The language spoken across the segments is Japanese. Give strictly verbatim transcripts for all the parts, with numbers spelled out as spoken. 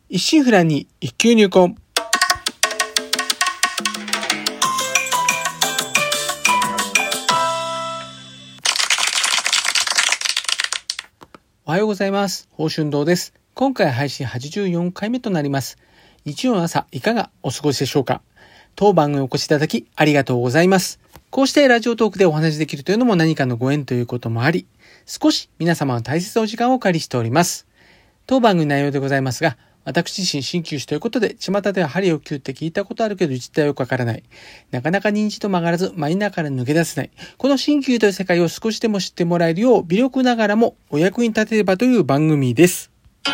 一心不乱に一級入魂。おはようございます。宝春堂です。今回配信はちじゅうよんかいめとなります。日曜の朝いかがお過ごしでしょうか。当番組お越しいただきありがとうございます。こうしてラジオトークでお話しできるというのも何かのご縁ということもあり、少し皆様の大切なお時間をお借りしております。当番組内容でございますが、私自身鍼灸師ということで、巷では針を灸って聞いたことあるけど実態はよくわからない。なかなか認知と曲がらず、マイナーから抜け出せない。この鍼灸という世界を少しでも知ってもらえるよう、微力ながらもお役に立てればという番組です。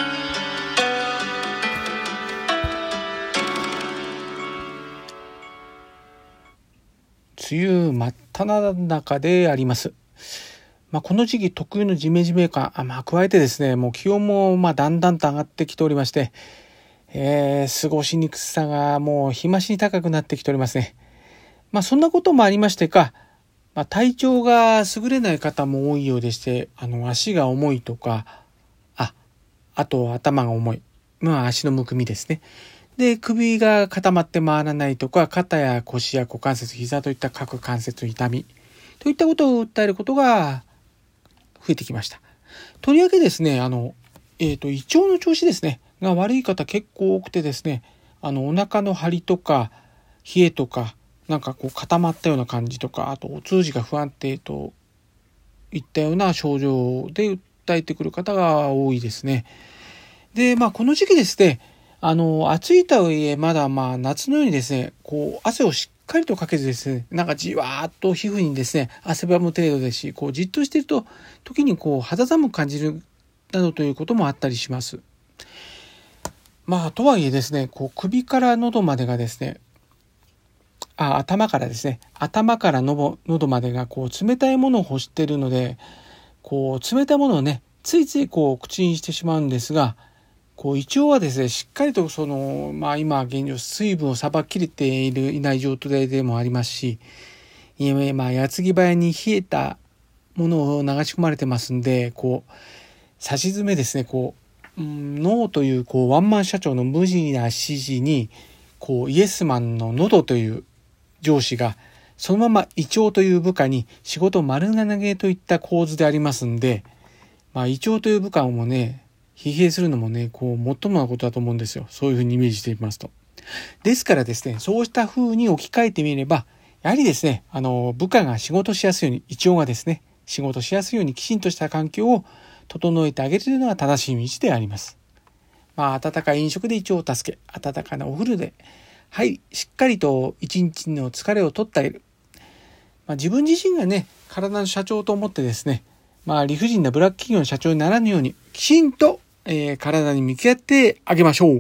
梅雨真っ只中であります。まあ、この時期特有のジメジメ感、あまあ、加えてですね、もう気温もまあだんだんと上がってきておりまして、えー、過ごしにくさがもう日増しに高くなってきておりますね。まあそんなこともありましてか、まあ、体調が優れない方も多いようでして、あの足が重いとか、あ、あと頭が重い、まあ足のむくみですね。で、首が固まって回らないとか、肩や腰や股関節、膝といった各関節の痛みといったことを訴えることが増えてきました。とりわけですね、あの、えっと、胃腸の調子ですね、が悪い方結構多くてですね、あの、お腹の張りとか、冷えとか、なんかこう固まったような感じとか、あとお通じが不安定といったような症状で訴えてくる方が多いですね。で、まあこの時期ですね、あの、暑いとはいえ、まだまあ夏のようにですね、こう汗をしっかりとかけずですね、なんかじわーっと皮膚にですね、汗ばむ程度ですし、こうじっとしていると、時にこう肌寒く感じるなどということもあったりします。まあとはいえですね、こう首から喉までがですね、あ、頭からですね、頭からの喉までがこう冷たいものを欲しているので、こう冷たいものをね、ついついこう口にしてしまうんですが、こう胃腸はですね、しっかりとその、まあ今現状水分をさばきれている、いない状態でもありますし、まあ矢継ぎ早に冷えたものを流し込まれてますんで、こう、差し詰めですね、こう、うん、脳というこうワンマン社長の無慈な指示に、こうイエスマンの喉という上司が、そのまま胃腸という部下に仕事を丸投げといった構図でありますんで、まあ胃腸という部下もね、疲弊するのもね、こう、最もなことだと思うんですよ。そういうふうにイメージしてみますと。ですからですね、そうしたふうに置き換えてみれば、やはりですね、あの、部下が仕事しやすいように、胃腸がですね、仕事しやすいようにきちんとした環境を整えてあげるというのが正しい道であります。まあ、温かい飲食で胃腸を助け、温かなお風呂で、はい、しっかりと一日の疲れを取ってあげる。まあ、自分自身がね、体の社長と思ってですね、まあ、理不尽なブラック企業の社長にならぬように、きちんとえー、体に向き合ってあげましょう。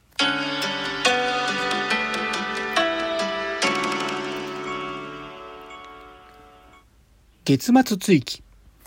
月末追記。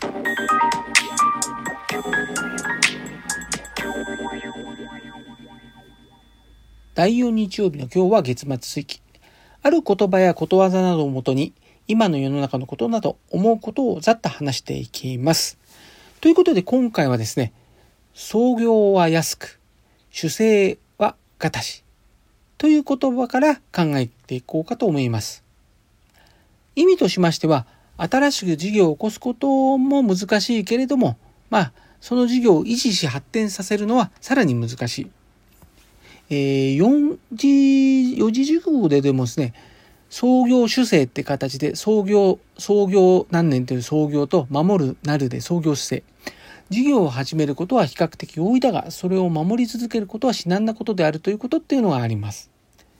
だいよん日曜日の今日は月末追記。ある言葉やことわざなどをもとに、今の世の中のことなど思うことをざっと話していきます。ということで今回はですね、創業は安く、主勢はがたしという言葉から考えていこうかと思います。意味としましては、新しく事業を起こすことも難しいけれども、まあ、その事業を維持し発展させるのはさらに難しい。えー、よんじ、四字熟語ででもですね、創業主勢って形で、創業、創業何年という創業と守るなるで創業主勢。事業を始めることは比較的容易だが、それを守り続けることは至難なことであるということっていうのがあります。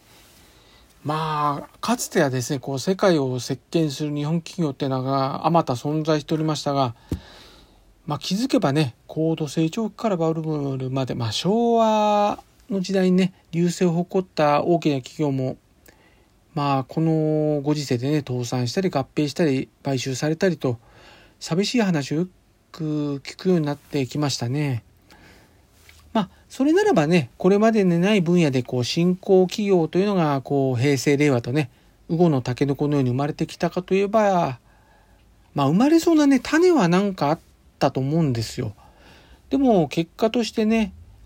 まあ、かつてはですね、こう世界を席巻する日本企業っていうのがあまた存在しておりましたが、まあ気づけばね、高度成長期からバブルまで、まあ昭和の時代にね、隆盛を誇った大きな企業も、まあこのご時世でね、倒産したり合併したり買収されたりと、寂しい話を聞くようになってきましたね。まあそれならばね、これまでにない分野でこう新興企業というのがこう平成令和とね、ウゴのタケノコのように生まれてきたかといえば、まあ生まれそうなね種は何かあったと思うんですよ。でも結果としてね、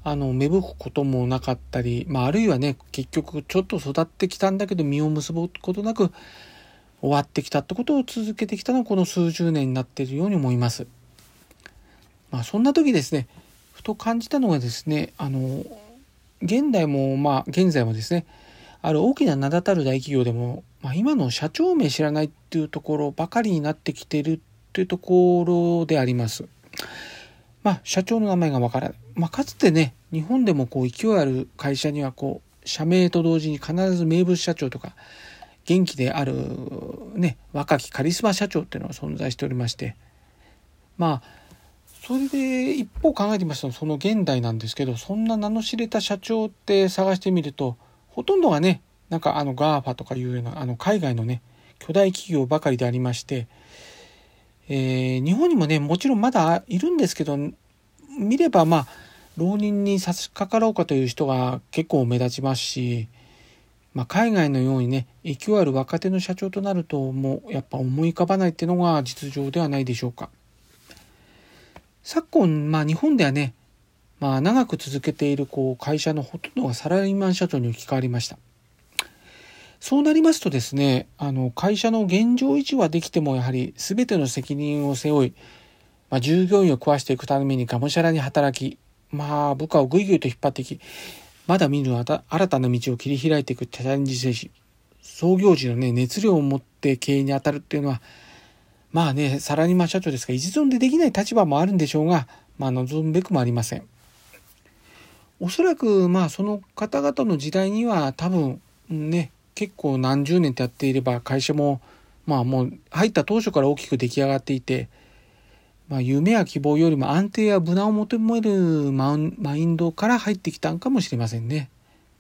あの芽吹くこともなかったり、まあ、あるいはね結局ちょっと育ってきたんだけど実を結ぶことなく終わってきたってことを続けてきたのはこの数十年になっているように思います。まあ、そんな時ですねふと感じたのがですねあの現代もまあ現在もですねある大きな名だたる大企業でも、まあ、今の社長名知らないっていうところばかりになってきているっていうところであります。まあ社長の名前がわからない、まあ、かつてね日本でもこう勢いある会社にはこう社名と同時に必ず名物社長とか元気であるね若きカリスマ社長っていうのが存在しておりまして、まあそれで一方考えてみますとその現代なんですけど、そんな名の知れた社長って探してみるとほとんどがねなんかあの ガーファ とかいうようなあの海外のね巨大企業ばかりでありまして、えー、日本にもねもちろんまだいるんですけど、見ればまあ浪人に差し掛かろうかという人が結構目立ちますし、まあ、海外のようにね勢いある若手の社長となるともうやっぱ思い浮かばないっていうのが実情ではないでしょうか。昨今、まあ、日本ではね、まあ、長く続けているこう会社のほとんどがサラリーマン社長に置き換わりました。そうなりますとですね、あの会社の現状維持はできてもやはり全ての責任を背負い、まあ、従業員を食わしていくためにがむしゃらに働き、まあ、部下をぐいぐいと引っ張っていき、まだ見ぬ新たな道を切り開いていくチャレンジ精神、創業時の、ね、熱量を持って経営に当たるっていうのはまあねサラリーマン社長ですから一存でできない立場もあるんでしょうが、まあ、望むべくもありません。おそらくまあその方々の時代には多分ね結構何十年ってやっていれば会社もまあもう入った当初から大きく出来上がっていて、まあ、夢や希望よりも安定や無難を求めるマインドから入ってきたんかもしれませんね。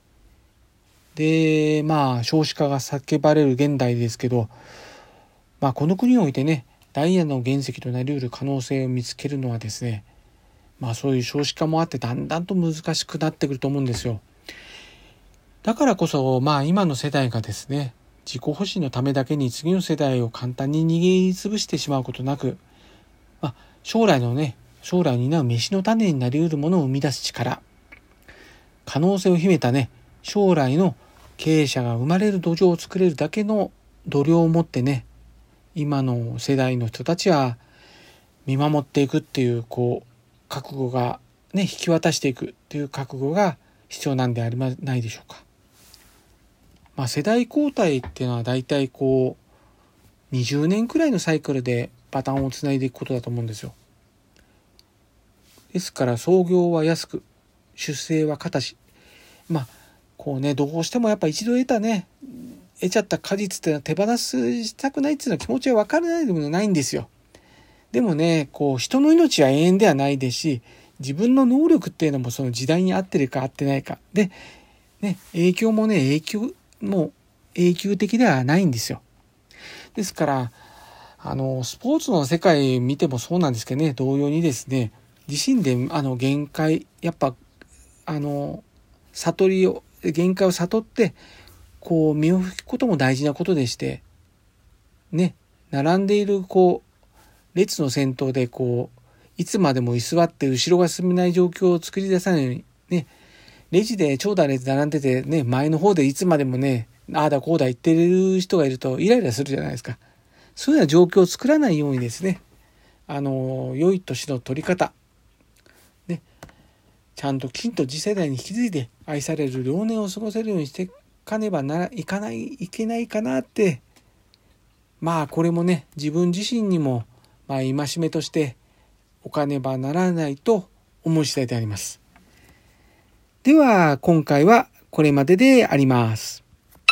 でまあ少子化が叫ばれる現代ですけど、まあ、この国においてねダイヤの原石となり得る可能性を見つけるのはですね、まあそういう少子化もあってだんだんと難しくなってくると思うんですよ。だからこそまあ今の世代がですね自己保身のためだけに次の世代を簡単に握りつぶしてしまうことなく、まあ、将来のね将来を担う飯の種になり得るものを生み出す力、可能性を秘めたね将来の経営者が生まれる土壌を作れるだけの度量を持ってね今の世代の人たちは見守っていくっていうこう覚悟がね引き渡していくっていう覚悟が必要なんでありまないでしょうか。まあ世代交代っていうのはだいたいこうにじゅうねんくらいのサイクルでパターンをつないでいくことだと思うんですよ。ですから創業は安く出世は形、まあこうねどうしてもやっぱ一度得たね得ちゃった果実っていうのは手放したくないっていうのは気持ちは分からないでもないんですよ。でもねこう人の命は永遠ではないですし、自分の能力っていうのもその時代に合ってるか合ってないかで、ね、影響もね影響もう永久的ではないんですよ。ですからあのスポーツの世界見てもそうなんですけどね、同様にですね自身であの限界やっぱあの悟りを限界を悟ってこう身を引くことも大事なことでしてね、並んでいるこう列の先頭でこういつまでも居座って後ろが進めない状況を作り出さないようにね、レジで長蛇列並んでてね前の方でいつまでもねああだこうだ言ってる人がいるとイライラするじゃないですか。そういうような状況を作らないようにですね、あの良い年の取り方ね、ちゃんときちんと次世代に引き継いで愛される老年を過ごせるようにしていかねばないかないいけないかなって、まあこれもね自分自身にもまあ戒めとしておかねばならないと思う次第であります。では今回はこれまでであります。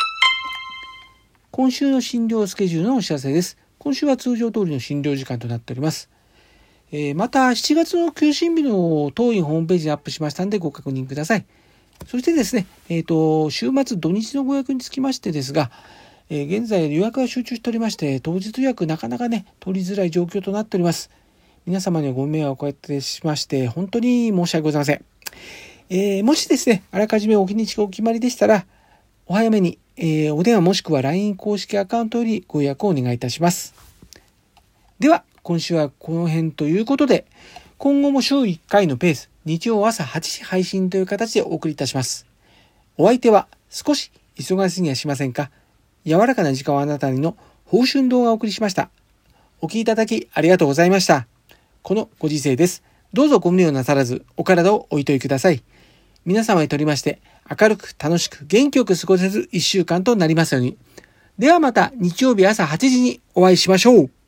今週の診療スケジュールのお知らせです。今週は通常通りの診療時間となっております。えー、またしちがつの休診日の当院ホームページにアップしましたのでご確認ください。そしてですね、えーと、週末土日のご予約につきましてですが、えー、現在予約が集中しておりまして当日予約なかなかね取りづらい状況となっております。皆様にはご迷惑をおかけしまして本当に申し訳ございません。えー、もしですねあらかじめお日にちがお決まりでしたらお早めに、えー、お電話もしくは ライン 公式アカウントよりご予約をお願いいたします。では今週はこの辺ということで、 今後も週いっかいのペース、日曜朝はちじ配信という形でお送りいたします。お相手は少し忙しすぎはしませんか？柔らかな時間をあなたにの報春動画をお送りしました。お聞きいただきありがとうございました。このご時世です。どうぞご無理をなさらずお体をおいといください。皆様にとりまして明るく楽しく元気よく過ごせるいっしゅうかんとなりますように。ではまた日曜日朝はちじにお会いしましょう。